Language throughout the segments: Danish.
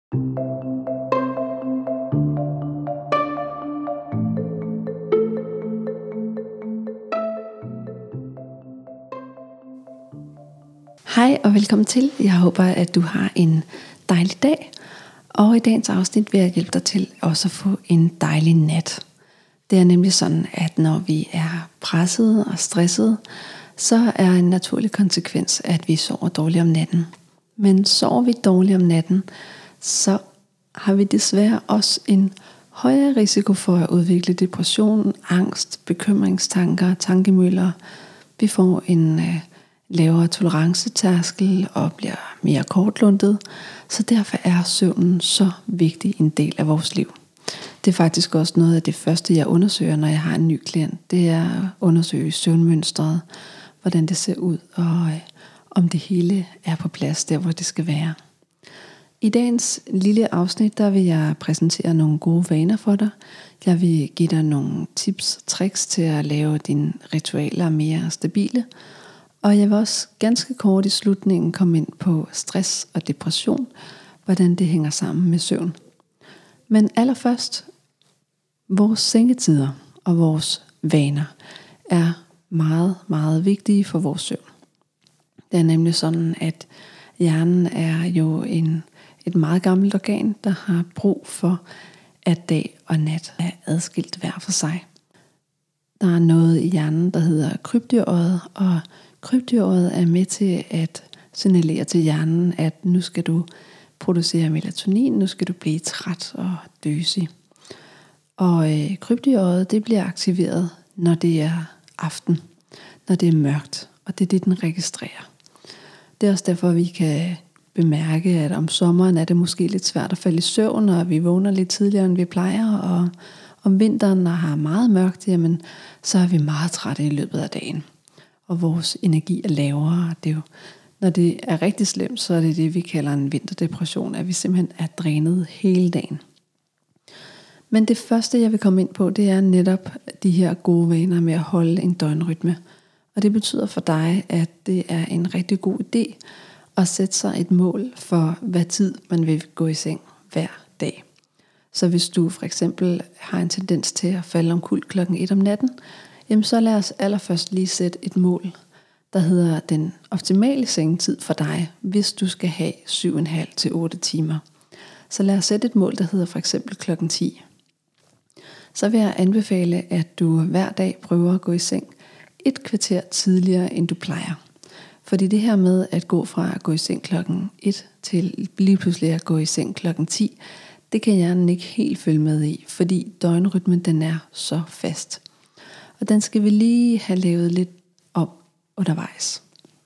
Hej og velkommen til. Jeg håber, at du har en dejlig dag. Og i dagens afsnit vil jeg hjælpe dig til også at få en dejlig nat. Det er nemlig sådan, at når vi er presset og stresset, så er en naturlig konsekvens, at vi sover dårligt om natten. Men sover vi dårligt om natten, så har vi desværre også en højere risiko for at udvikle depression, angst, bekymringstanker, tankemøller. Vi får en lavere tolerancetærskel og bliver mere kortluntet, så derfor er søvnen så vigtig en del af vores liv. Det er faktisk også noget af det første, jeg undersøger, når jeg har en ny klient. Det er at undersøge søvnmønstret, hvordan det ser ud, og om det hele er på plads der, hvor det skal være. I dagens lille afsnit, der vil jeg præsentere nogle gode vaner for dig. Jeg vil give dig nogle tips og tricks til at lave dine ritualer mere stabile. Og jeg vil også ganske kort i slutningen komme ind på stress og depression, hvordan det hænger sammen med søvn. Men allerførst, vores sengetider og vores vaner er meget, meget vigtige for vores søvn. Det er nemlig sådan, at hjernen er jo et meget gammelt organ, der har brug for, at dag og nat er adskilt hver for sig. Der er noget i hjernen, der hedder krybdyrøjet, og krybdyrøjet er med til at signalere til hjernen, at nu skal du producere melatonin, nu skal du blive træt og døsig. Og krybdyrøjet, det bliver aktiveret, når det er aften, når det er mørkt, og det er det, den registrerer. Det er også derfor, vi kan bemærke, at om sommeren er det måske lidt svært at falde i søvn, og vi vågner lidt tidligere, end vi plejer, og om vinteren, når har meget mørkt, jamen, så er vi meget trætte i løbet af dagen. Og vores energi er lavere. Det er jo, når det er rigtig slemt, så er det det, vi kalder en vinterdepression, at vi simpelthen er drænet hele dagen. Men det første, jeg vil komme ind på, det er netop de her gode vaner med at holde en døgnrytme. Og det betyder for dig, at det er en rigtig god idé at sætte sig et mål for, hvad tid man vil gå i seng hver dag. Så hvis du for eksempel har en tendens til at falde omkuld 1:00 om natten, jamen så lad os allerførst lige sætte et mål, der hedder den optimale sengetid for dig, hvis du skal have 7,5 til 8 timer. Så lad os sætte et mål, der hedder for eksempel 10:00. Så vil jeg anbefale, at du hver dag prøver at gå i seng et kvarter tidligere, end du plejer. Fordi det her med at gå fra at gå i seng 1:00 til lige pludselig at gå i seng 10:00, det kan hjernen ikke helt følge med i, fordi døgnrytmen den er så fast. Og den skal vi lige have lavet lidt om undervejs.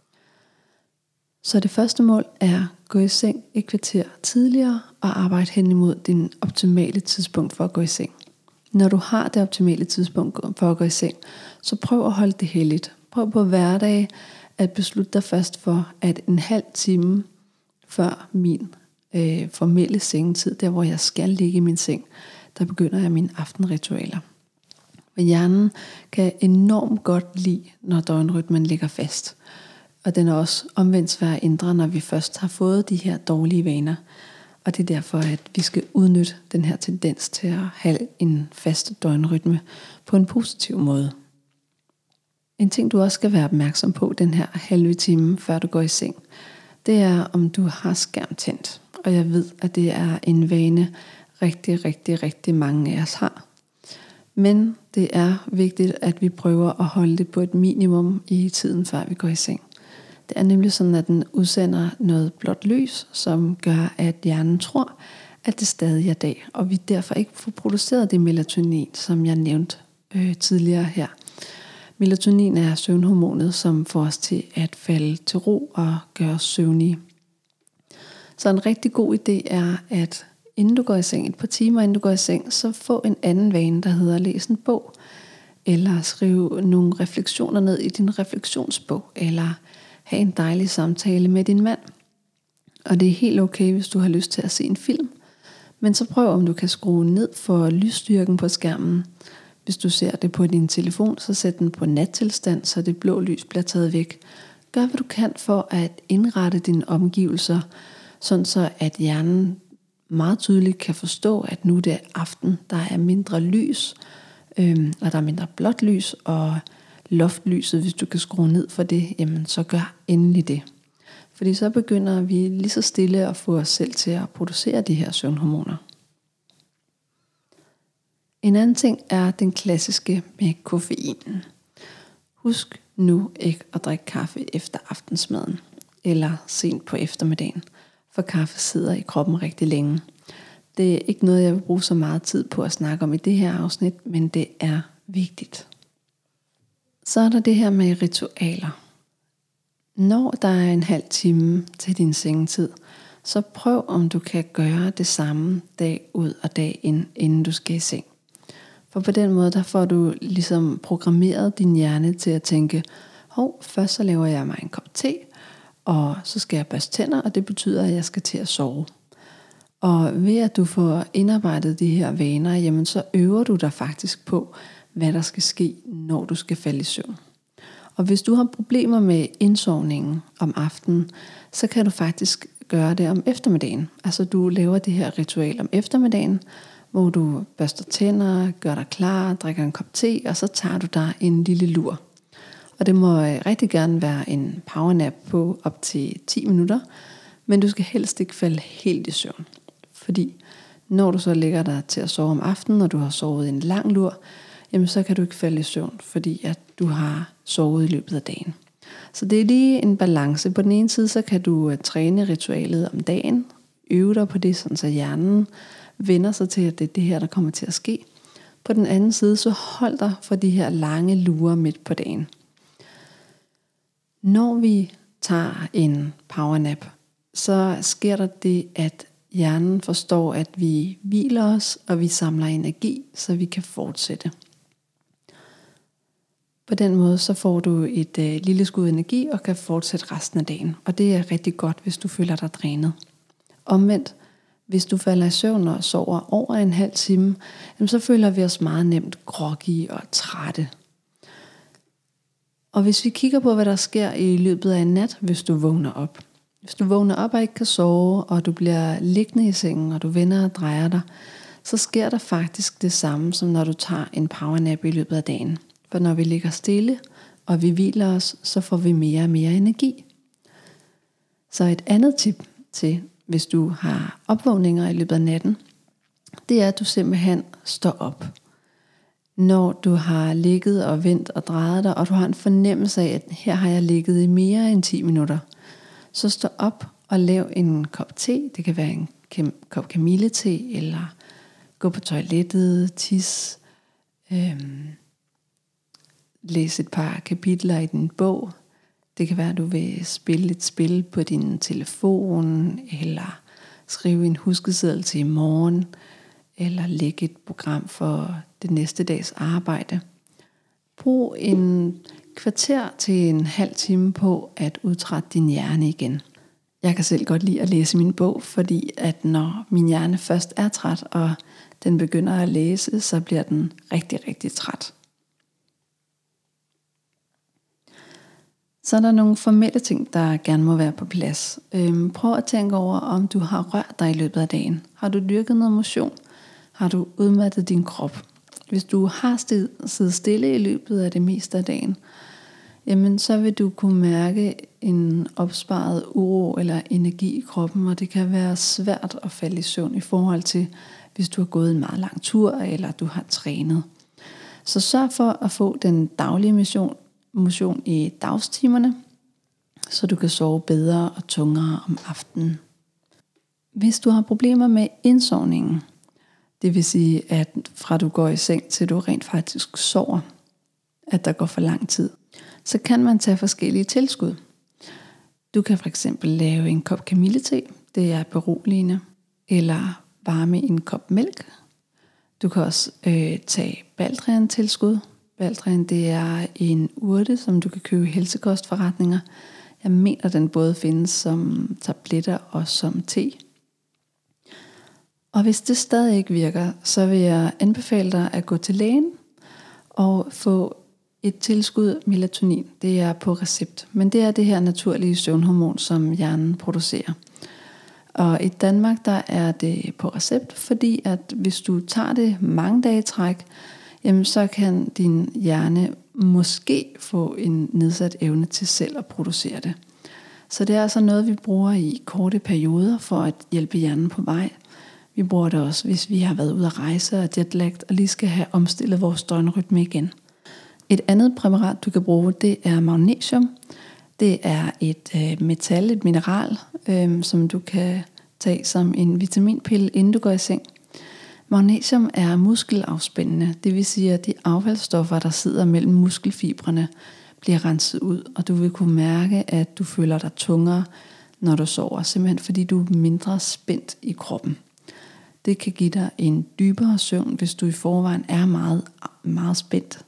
Så det første mål er at gå i seng et kvarter tidligere og arbejde hen imod din optimale tidspunkt for at gå i seng. Når du har det optimale tidspunkt for at gå i seng, så prøv at holde det helligt. Prøv på hverdag at beslutte dig først for, at en halv time før min formelle sengetid, der hvor jeg skal ligge i min seng, der begynder jeg mine aftenritualer. Og hjernen kan enormt godt lide, når døgnrytmen ligger fast. Og den er også omvendt svær at ændre, når vi først har fået de her dårlige vaner. Og det er derfor, at vi skal udnytte den her tendens til at have en fast døgnrytme på en positiv måde. En ting, du også skal være opmærksom på den her halve time, før du går i seng, det er, om du har skærm tændt. Og jeg ved, at det er en vane, rigtig mange af os har. Men det er vigtigt, at vi prøver at holde det på et minimum i tiden, før vi går i seng. Det er nemlig sådan, at den udsender noget blåt lys, som gør, at hjernen tror, at det stadig er dag. Og vi derfor ikke får produceret det melatonin, som jeg nævnte tidligere her. Melatonin er søvnhormonet, som får os til at falde til ro og gøre os søvnige. Så en rigtig god idé er, at inden du går i seng, et par timer inden du går i seng, så få en anden vane, der hedder læs en bog, eller skrive nogle refleksioner ned i din refleksionsbog, eller have en dejlig samtale med din mand. Og det er helt okay, hvis du har lyst til at se en film, men så prøv, om du kan skrue ned for lysstyrken på skærmen. Hvis du ser det på din telefon, så sæt den på nattilstand, så det blå lys bliver taget væk. Gør, hvad du kan for at indrette dine omgivelser, sådan så at hjernen meget tydeligt kan forstå, at nu det er aften, der er mindre lys, og der er mindre blåt lys, og loftlyset, hvis du kan skrue ned for det, jamen så gør endelig det. Fordi så begynder vi lige så stille at få os selv til at producere de her søvnhormoner. En anden ting er den klassiske med koffeinen. Husk nu ikke at drikke kaffe efter aftensmaden eller sent på eftermiddagen, for kaffe sidder i kroppen rigtig længe. Det er ikke noget, jeg vil bruge så meget tid på at snakke om i det her afsnit, men det er vigtigt. Så er der det her med ritualer. Når der er en halv time til din sengetid, så prøv om du kan gøre det samme dag ud og dag ind, inden du skal i seng. For på den måde, der får du ligesom programmeret din hjerne til at tænke, først så laver jeg mig en kop te, og så skal jeg børste tænder, og det betyder, at jeg skal til at sove. Og ved at du får indarbejdet de her vaner, jamen så øver du dig faktisk på, hvad der skal ske, når du skal falde i søvn. Og hvis du har problemer med indsovningen om aftenen, så kan du faktisk gøre det om eftermiddagen. Altså du laver det her ritual om eftermiddagen, hvor du børster tænder, gør dig klar, drikker en kop te, og så tager du dig en lille lur. Og det må rigtig gerne være en powernap på op til 10 minutter, men du skal helst ikke falde helt i søvn. Fordi når du så lægger dig til at sove om aftenen, og du har sovet en lang lur, jamen så kan du ikke falde i søvn, fordi at du har sovet i løbet af dagen. Så det er lige en balance. På den ene side, så kan du træne ritualet om dagen, øve dig på det, sådan så hjernen vender sig til, at det er det her, der kommer til at ske. På den anden side, så hold dig for de her lange lurer midt på dagen. Når vi tager en powernap, så sker der det, at hjernen forstår, at vi hviler os, og vi samler energi, så vi kan fortsætte. På den måde så får du et lille skud energi og kan fortsætte resten af dagen. Og det er rigtig godt, hvis du føler dig drænet. Omvendt, hvis du falder i søvn og sover over en halv time, så føler vi os meget nemt groggy og trætte. Og hvis vi kigger på, hvad der sker i løbet af en nat, hvis du vågner op. Hvis du vågner op og ikke kan sove, og du bliver liggende i sengen, og du vender og drejer dig, så sker der faktisk det samme, som når du tager en powernap i løbet af dagen. For når vi ligger stille, og vi hviler os, så får vi mere og mere energi. Så et andet tip til, hvis du har opvågninger i løbet af natten, det er, at du simpelthen står op. Når du har ligget og vendt og drejet dig, og du har en fornemmelse af, at her har jeg ligget i mere end 10 minutter, så stå op og lav en kop te. Det kan være en kop kamillete, eller gå på toilettet, tis, læs et par kapitler i din bog. Det kan være, at du vil spille et spil på din telefon, eller skrive en huskeseddel til i morgen, eller lægge et program for det næste dags arbejde. Brug en kvarter til en halv time på at udtrætte din hjerne igen. Jeg kan selv godt lide at læse min bog, fordi at når min hjerne først er træt, og den begynder at læse, så bliver den rigtig, rigtig træt. Så er der nogle formelle ting, der gerne må være på plads. Prøv at tænke over, om du har rørt dig i løbet af dagen. Har du dyrket noget motion? Har du udmattet din krop? Hvis du har siddet stille i løbet af det meste af dagen, jamen så vil du kunne mærke en opsparet uro eller energi i kroppen, og det kan være svært at falde i søvn i forhold til, hvis du har gået en meget lang tur, eller du har trænet. Så sørg for at få den daglige motion i dagstimerne, så du kan sove bedre og tungere om aftenen. Hvis du har problemer med indsovningen, det vil sige, at fra du går i seng til du rent faktisk sover, at der går for lang tid, så kan man tage forskellige tilskud. Du kan for eksempel lave en kop kamillete, det er beroligende, eller varme en kop mælk. Du kan også tage baldrian tilskud. Baldrian, det er en urte, som du kan købe i helsekostforretninger. Jeg mener, den både findes som tabletter og som te. Og hvis det stadig ikke virker, så vil jeg anbefale dig at gå til lægen og få et tilskud melatonin. Det er på recept, men det er det her naturlige søvnhormon, som hjernen producerer. Og i Danmark, der er det på recept, fordi at hvis du tager det mange dage i træk, jamen så kan din hjerne måske få en nedsat evne til selv at producere det. Så det er altså noget, vi bruger i korte perioder for at hjælpe hjernen på vej. Vi bruger det også, hvis vi har været ude at rejse og jetlagt og lige skal have omstillet vores døgnrytme igen. Et andet præparat, du kan bruge, det er magnesium. Det er et metal, et mineral, som du kan tage som en vitaminpille, inden du går i seng. Magnesium er muskelafspændende, det vil sige, at de affaldsstoffer, der sidder mellem muskelfibrene, bliver renset ud, og du vil kunne mærke, at du føler dig tungere, når du sover, simpelthen fordi du er mindre spændt i kroppen. Det kan give dig en dybere søvn, hvis du i forvejen er meget, meget spændt.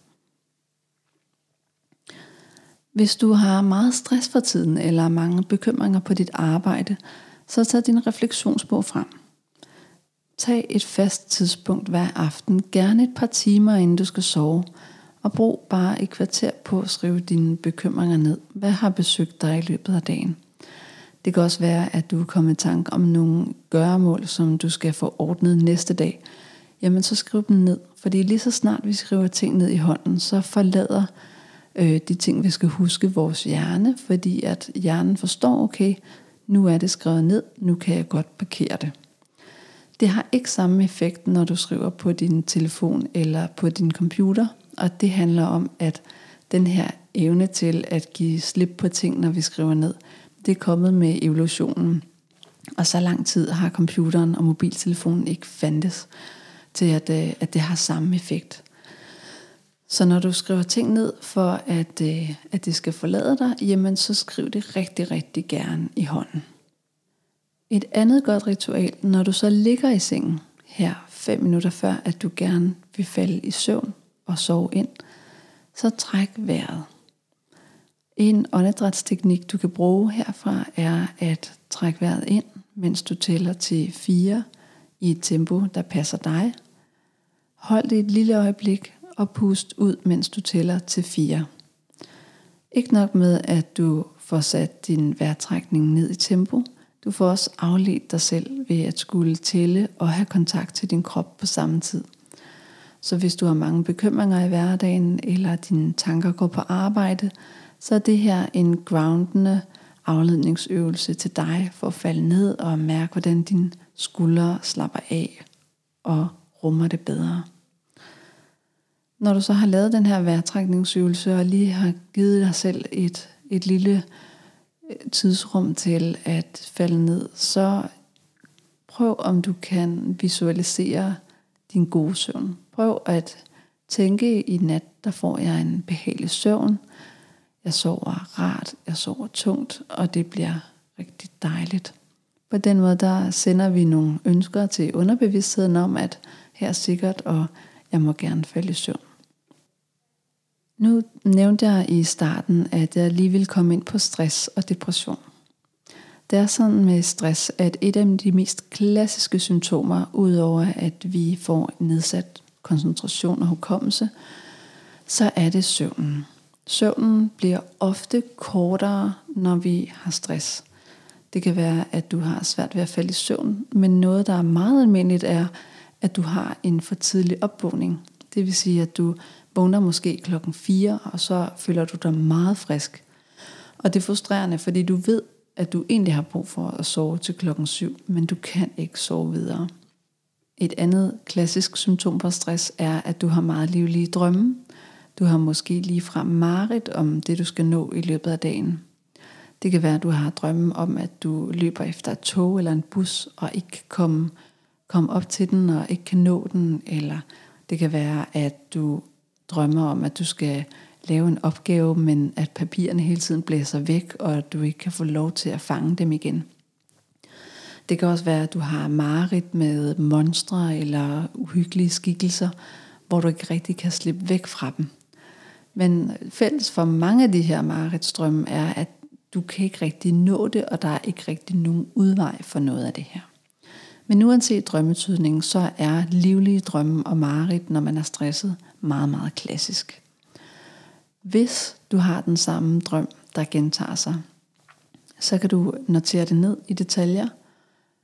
Hvis du har meget stress for tiden, eller mange bekymringer på dit arbejde, så tag din refleksionsbog frem. Tag et fast tidspunkt hver aften, gerne et par timer inden du skal sove, og brug bare et kvarter på at skrive dine bekymringer ned. Hvad har besøgt dig i løbet af dagen? Det kan også være, at du er kommet i tanke om nogle gøremål, som du skal få ordnet næste dag. Jamen så skriv dem ned, fordi lige så snart vi skriver ting ned i hånden, så forlader de ting, vi skal huske, vores hjerne, fordi at hjernen forstår, okay, nu er det skrevet ned, nu kan jeg godt parkere det. Det har ikke samme effekt, når du skriver på din telefon eller på din computer, og det handler om, at den her evne til at give slip på ting, når vi skriver ned, det er kommet med evolutionen. Og så lang tid har computeren og mobiltelefonen ikke fandtes til, at det har samme effekt. Så når du skriver ting ned for, at det skal forlade dig, jamen så skriv det rigtig, rigtig gerne i hånden. Et andet godt ritual, når du så ligger i sengen her 5 minutter før, at du gerne vil falde i søvn og sove ind, så træk vejret. En åndedrætsteknik, du kan bruge herfra, er at trække vejret ind, mens du tæller til 4 i et tempo, der passer dig. Hold det et lille øjeblik og pust ud, mens du tæller til 4. Ikke nok med, at du får sat din vejrtrækning ned i tempo, du får også afledt dig selv ved at skulle tælle og have kontakt til din krop på samme tid. Så hvis du har mange bekymringer i hverdagen, eller dine tanker går på arbejde, så er det her en groundende afledningsøvelse til dig for at falde ned og mærke, hvordan dine skuldre slapper af og rummer det bedre. Når du så har lavet den her vejrtrækningsøvelse og lige har givet dig selv et lille tidsrum til at falde ned, så prøv om du kan visualisere din gode søvn. Prøv at tænke, i nat der får jeg en behagelig søvn. Jeg sover rart, jeg sover tungt, og det bliver rigtig dejligt. På den måde der sender vi nogle ønsker til underbevidstheden om, at her er sikkert, og jeg må gerne falde i søvn. Nu nævnte jeg i starten, at jeg lige vil komme ind på stress og depression. Det er sådan med stress, at et af de mest klassiske symptomer, udover at vi får nedsat koncentration og hukommelse, så er det søvnen. Søvnen bliver ofte kortere, når vi har stress. Det kan være, at du har svært ved at falde i søvn, men noget, der er meget almindeligt, er, at du har en for tidlig opvågning. Det vil sige, at du vågner måske 4:00, og så føler du dig meget frisk. Og det er frustrerende, fordi du ved, at du egentlig har brug for at sove til 7:00, men du kan ikke sove videre. Et andet klassisk symptom på stress er, at du har meget livlige drømme. Du har måske ligefrem mareridt om det, du skal nå i løbet af dagen. Det kan være, at du har drømme om, at du løber efter et tog eller en bus, og ikke kan komme op til den, og ikke kan nå den. Eller det kan være, at du drømmer om, at du skal lave en opgave, men at papirerne hele tiden blæser væk, og at du ikke kan få lov til at fange dem igen. Det kan også være, at du har mareridt med monstre eller uhyggelige skikkelser, hvor du ikke rigtig kan slippe væk fra dem. Men fælles for mange af de her mareridtsdrømme er, at du kan ikke rigtig nå det, og der er ikke rigtig nogen udvej for noget af det her. Men uanset drømmetydningen, så er livlige drømme og mareridt, når man er stresset, meget, meget klassisk. Hvis du har den samme drøm, der gentager sig, så kan du notere det ned i detaljer.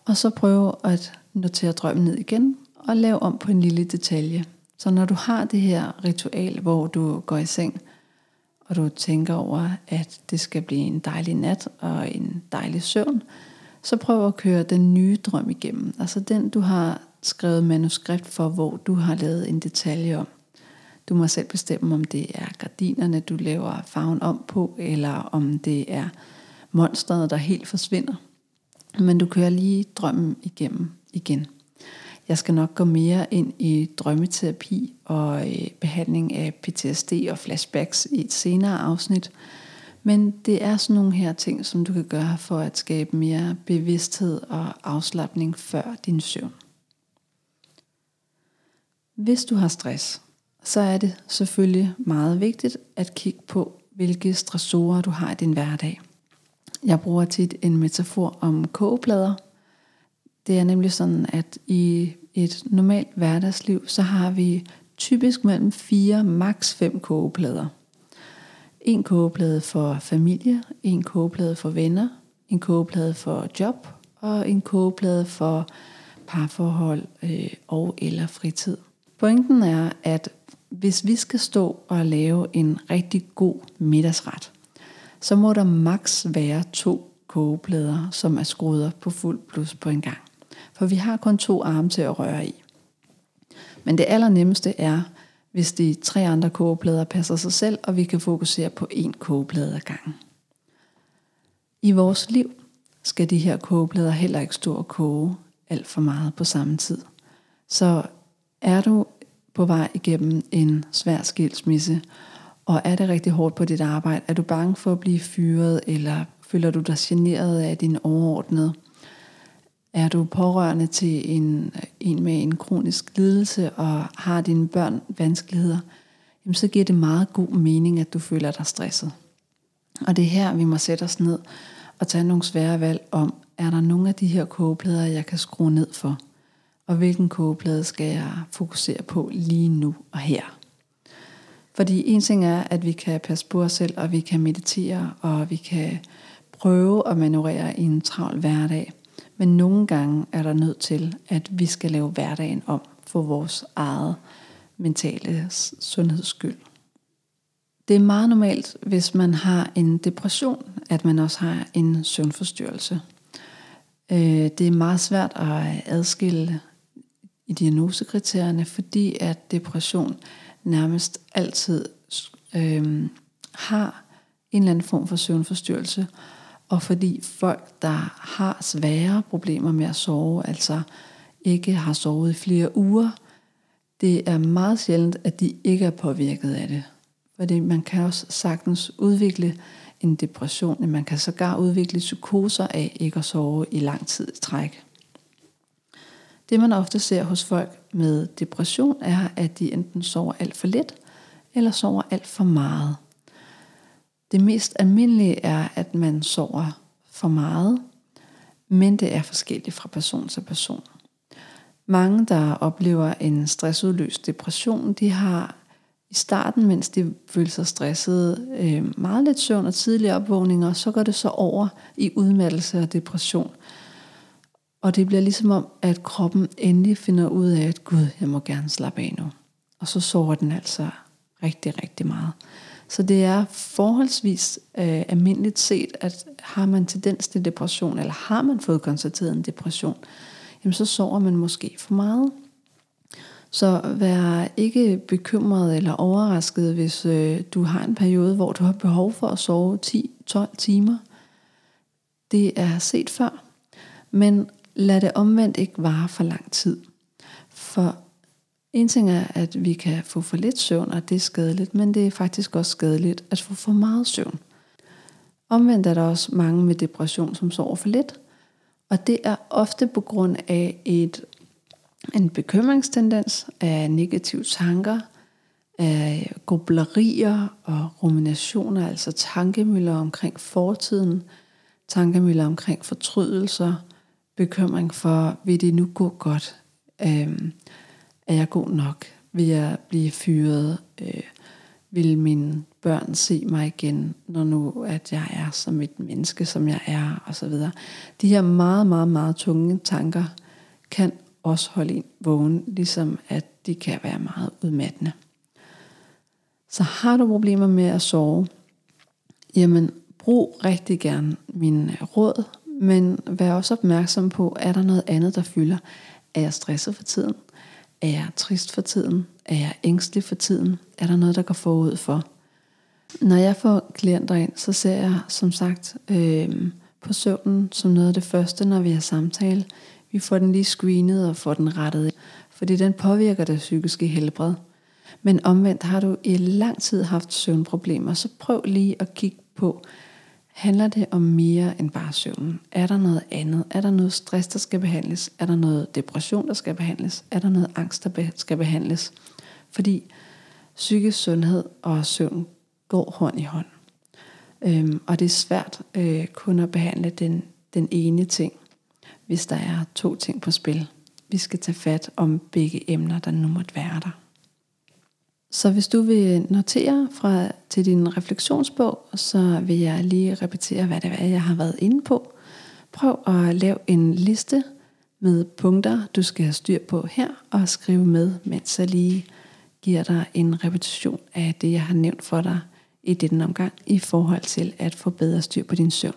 Og så prøv at notere drømmen ned igen, og lave om på en lille detalje. Så når du har det her ritual, hvor du går i seng, og du tænker over, at det skal blive en dejlig nat og en dejlig søvn, så prøv at køre den nye drøm igennem. Altså den, du har skrevet manuskript for, hvor du har lavet en detalje om. Du må selv bestemme, om det er gardinerne, du laver farven om på, eller om det er monsteret, der helt forsvinder. Men du kører lige drømmen igennem igen. Jeg skal nok gå mere ind i drømmeterapi og behandling af PTSD og flashbacks i et senere afsnit. Men det er sådan nogle her ting, som du kan gøre for at skabe mere bevidsthed og afslapning før din søvn. Hvis du har stress, så er det selvfølgelig meget vigtigt at kigge på, hvilke stressorer du har i din hverdag. Jeg bruger tit en metafor om kogeplader. Det er nemlig sådan, at i et normalt hverdagsliv, så har vi typisk mellem 4, maks 5 kogeplader. En kogeplade for familie, en kogeplade for venner, en kogeplade for job og en kogeplade for parforhold og eller fritid. Pointen er, at hvis vi skal stå og lave en rigtig god middagsret, så må der maks være 2 kogeplader, som er skruet op på fuld blus på en gang. For vi har kun 2 arme til at røre i. Men det allernemmeste er, hvis de 3 andre kogeplader passer sig selv, og vi kan fokusere på 1 kogeplade ad gangen. I vores liv skal de her kogeplader heller ikke stå og koge alt for meget på samme tid. Så er du på vej igennem en svær skilsmisse, og er det rigtig hårdt på dit arbejde, er du bange for at blive fyret, eller føler du dig generet af din overordnede? Er du pårørende til en med en kronisk lidelse, og har dine børn vanskeligheder, jamen så giver det meget god mening, at du føler dig stresset. Og det er her, vi må sætte os ned og tage nogle svære valg om, er der nogle af de her kogeplader, jeg kan skrue ned for? Og hvilken kogeplade skal jeg fokusere på lige nu og her? Fordi en ting er, at vi kan passe på os selv, og vi kan meditere, og vi kan prøve at manøvrere i en travl hverdag. Men nogle gange er der nødt til, at vi skal lave hverdagen om for vores eget mentale sundheds skyld. Det er meget normalt, hvis man har en depression, at man også har en søvnforstyrrelse. Det er meget svært at adskille i diagnosekriterierne, fordi at depression nærmest altid har en eller anden form for søvnforstyrrelse, og fordi folk, der har svære problemer med at sove, altså ikke har sovet i flere uger, det er meget sjældent, at de ikke er påvirket af det. Fordi man kan også sagtens udvikle en depression, man kan sågar udvikle psykoser af ikke at sove i lang tid i træk. Det man ofte ser hos folk med depression er, at de enten sover alt for lidt, eller sover alt for meget. Det mest almindelige er, at man sover for meget, men det er forskelligt fra person til person. Mange, der oplever en stressudløst depression, de har i starten, mens de føler sig stressede, meget lidt søvn og tidlige opvågninger, så går det så over i udmattelse og depression. Og det bliver ligesom om, at kroppen endelig finder ud af, at Gud, jeg må gerne slappe af nu. Og så sover den altså rigtig, rigtig meget. Så det er forholdsvis almindeligt set, at har man tendens til depression, eller har man fået konstateret en depression, jamen så sover man måske for meget. Så vær ikke bekymret eller overrasket, hvis du har en periode, hvor du har behov for at sove 10-12 timer. Det er set før, men lad det omvendt ikke vare for lang tid. For en ting er, at vi kan få for lidt søvn, og det er skadeligt, men det er faktisk også skadeligt at få for meget søvn. Omvendt er der også mange med depression, som sover for lidt, og det er ofte på grund af en bekymringstendens, af negative tanker, af grublerier og ruminationer, altså tankemøller omkring fortiden, tankemøller omkring fortrydelser, bekymring for, vil det nu gå godt? Er jeg god nok? Vil jeg blive fyret? Vil min børn se mig igen, når nu at jeg er som et menneske, som jeg er, og så videre. De her meget, meget, meget tunge tanker kan også holde en vågen, ligesom at de kan være meget udmattende. Så har du problemer med at sove, jamen brug rigtig gerne mine råd, men vær også opmærksom på, er der noget andet, der fylder? Er jeg stresset for tiden? Er jeg trist for tiden? Er jeg ængstelig for tiden? Er der noget, der går forud for? Når jeg får klienter ind, så ser jeg som sagt på søvnen som noget af det første, når vi har samtale. Vi får den lige screenet og får den rettet ind, fordi den påvirker det psykiske helbred. Men omvendt har du i lang tid haft søvnproblemer, så prøv lige at kigge på, handler det om mere end bare søvnen? Er der noget andet? Er der noget stress, der skal behandles? Er der noget depression, der skal behandles? Er der noget angst, der skal behandles? Fordi psykisk sundhed og søvn går hånd i hånd. Og det er svært kun at behandle den ene ting, hvis der er 2 ting på spil. Vi skal tage fat om begge emner, der nu måtte være der. Så hvis du vil notere til din refleksionsbog, så vil jeg lige repetere, hvad det er, jeg har været inde på. Prøv at lave en liste med punkter, du skal have styr på her, og skrive med, mens jeg lige giver dig en repetition af det, jeg har nævnt for dig i denne omgang, i forhold til at få bedre styr på din søvn.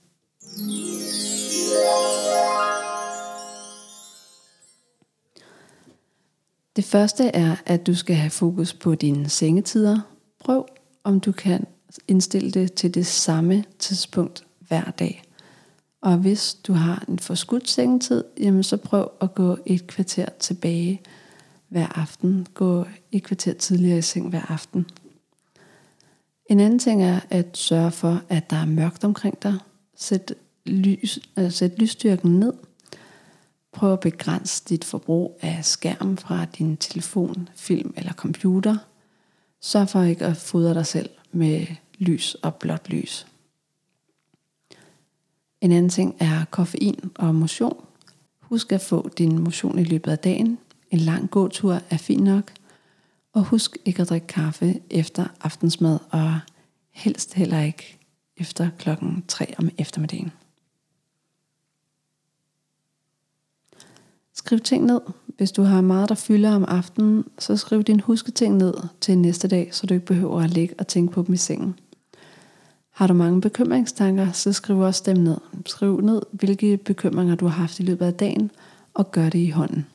Det første er, at du skal have fokus på dine sengetider. Prøv, om du kan indstille det til det samme tidspunkt hver dag. Og hvis du har en forskudt sengetid, jamen så prøv at gå et kvarter tilbage hver aften. Gå et kvarter tidligere i seng hver aften. En anden ting er at sørge for, at der er mørkt omkring dig. Sæt lysstyrken ned. Prøv at begrænse dit forbrug af skærm fra din telefon, film eller computer. Sørg for ikke at fodre dig selv med lys og blåt lys. En anden ting er koffein og motion. Husk at få din motion i løbet af dagen. En lang gåtur er fint nok. Og husk ikke at drikke kaffe efter aftensmad, og helst heller ikke efter 3 om eftermiddagen. Skriv ting ned. Hvis du har meget, der fylder om aftenen, så skriv dine husketing ned til næste dag, så du ikke behøver at ligge og tænke på dem i sengen. Har du mange bekymringstanker, så skriv også dem ned. Skriv ned, hvilke bekymringer du har haft i løbet af dagen, og gør det i hånden.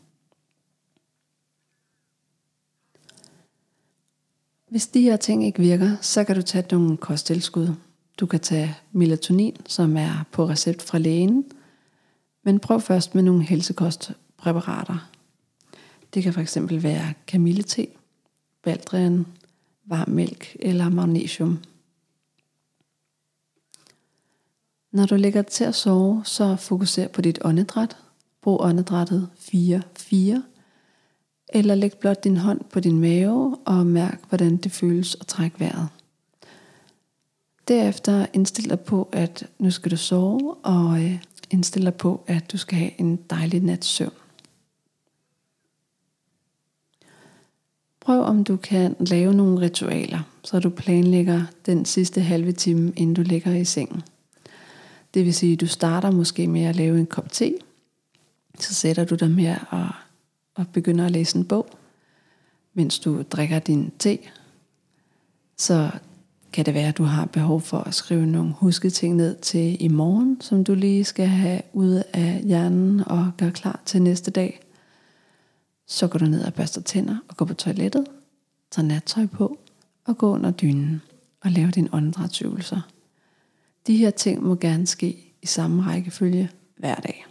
Hvis de her ting ikke virker, så kan du tage nogle kosttilskud. Du kan tage melatonin, som er på recept fra lægen, men prøv først med nogle helsekostpræparater. Det kan fx være kamillete, baldrian, varm mælk eller magnesium. Når du lægger til at sove, så fokuser på dit åndedræt. Brug åndedrættet 4-4. Eller læg blot din hånd på din mave og mærk, hvordan det føles at trække vejret. Derefter indstil dig på, at nu skal du sove, og indstil dig på, at du skal have en dejlig nats søvn. Prøv om du kan lave nogle ritualer, så du planlægger den sidste halve time, inden du ligger i sengen. Det vil sige, at du starter måske med at lave en kop te, så sætter du dig med og begynder at læse en bog, mens du drikker din te. Så kan det være, at du har behov for at skrive nogle husketing ned til i morgen, som du lige skal have ud af hjernen og gøre klar til næste dag. Så går du ned og børster tænder og går på toilettet, tager nattøj på og går under dynen og laver dine åndedrætsøvelser. De her ting må gerne ske i samme rækkefølge hver dag.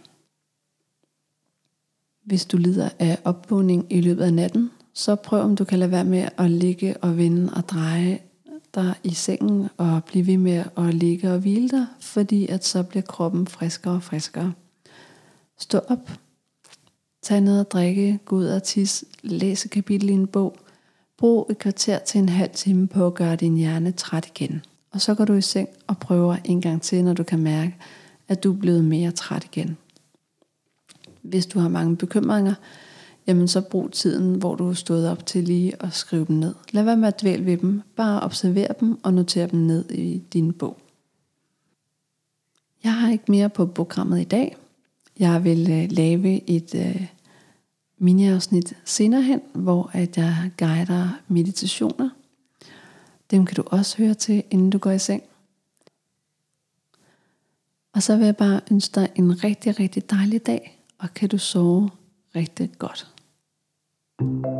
Hvis du lider af opvågning i løbet af natten, så prøv om du kan lade være med at ligge og vende og dreje dig i sengen og blive ved med at ligge og hvile dig, fordi at så bliver kroppen friskere og friskere. Stå op, tag noget at drikke, gå ud og tisse, læs et kapitel i en bog, brug et kvarter til en halv time på at gøre din hjerne træt igen. Og så går du i seng og prøver en gang til, når du kan mærke, at du er blevet mere træt igen. Hvis du har mange bekymringer, jamen så brug tiden, hvor du er stået op til lige at skrive dem ned. Lad være med at dvæle ved dem. Bare observer dem og noter dem ned i din bog. Jeg har ikke mere på programmet i dag. Jeg vil lave et mini-afsnit senere hen, hvor at jeg guider meditationer. Dem kan du også høre til, inden du går i seng. Og så vil jeg bare ønske dig en rigtig, rigtig dejlig dag, og kan du sove rigtig godt.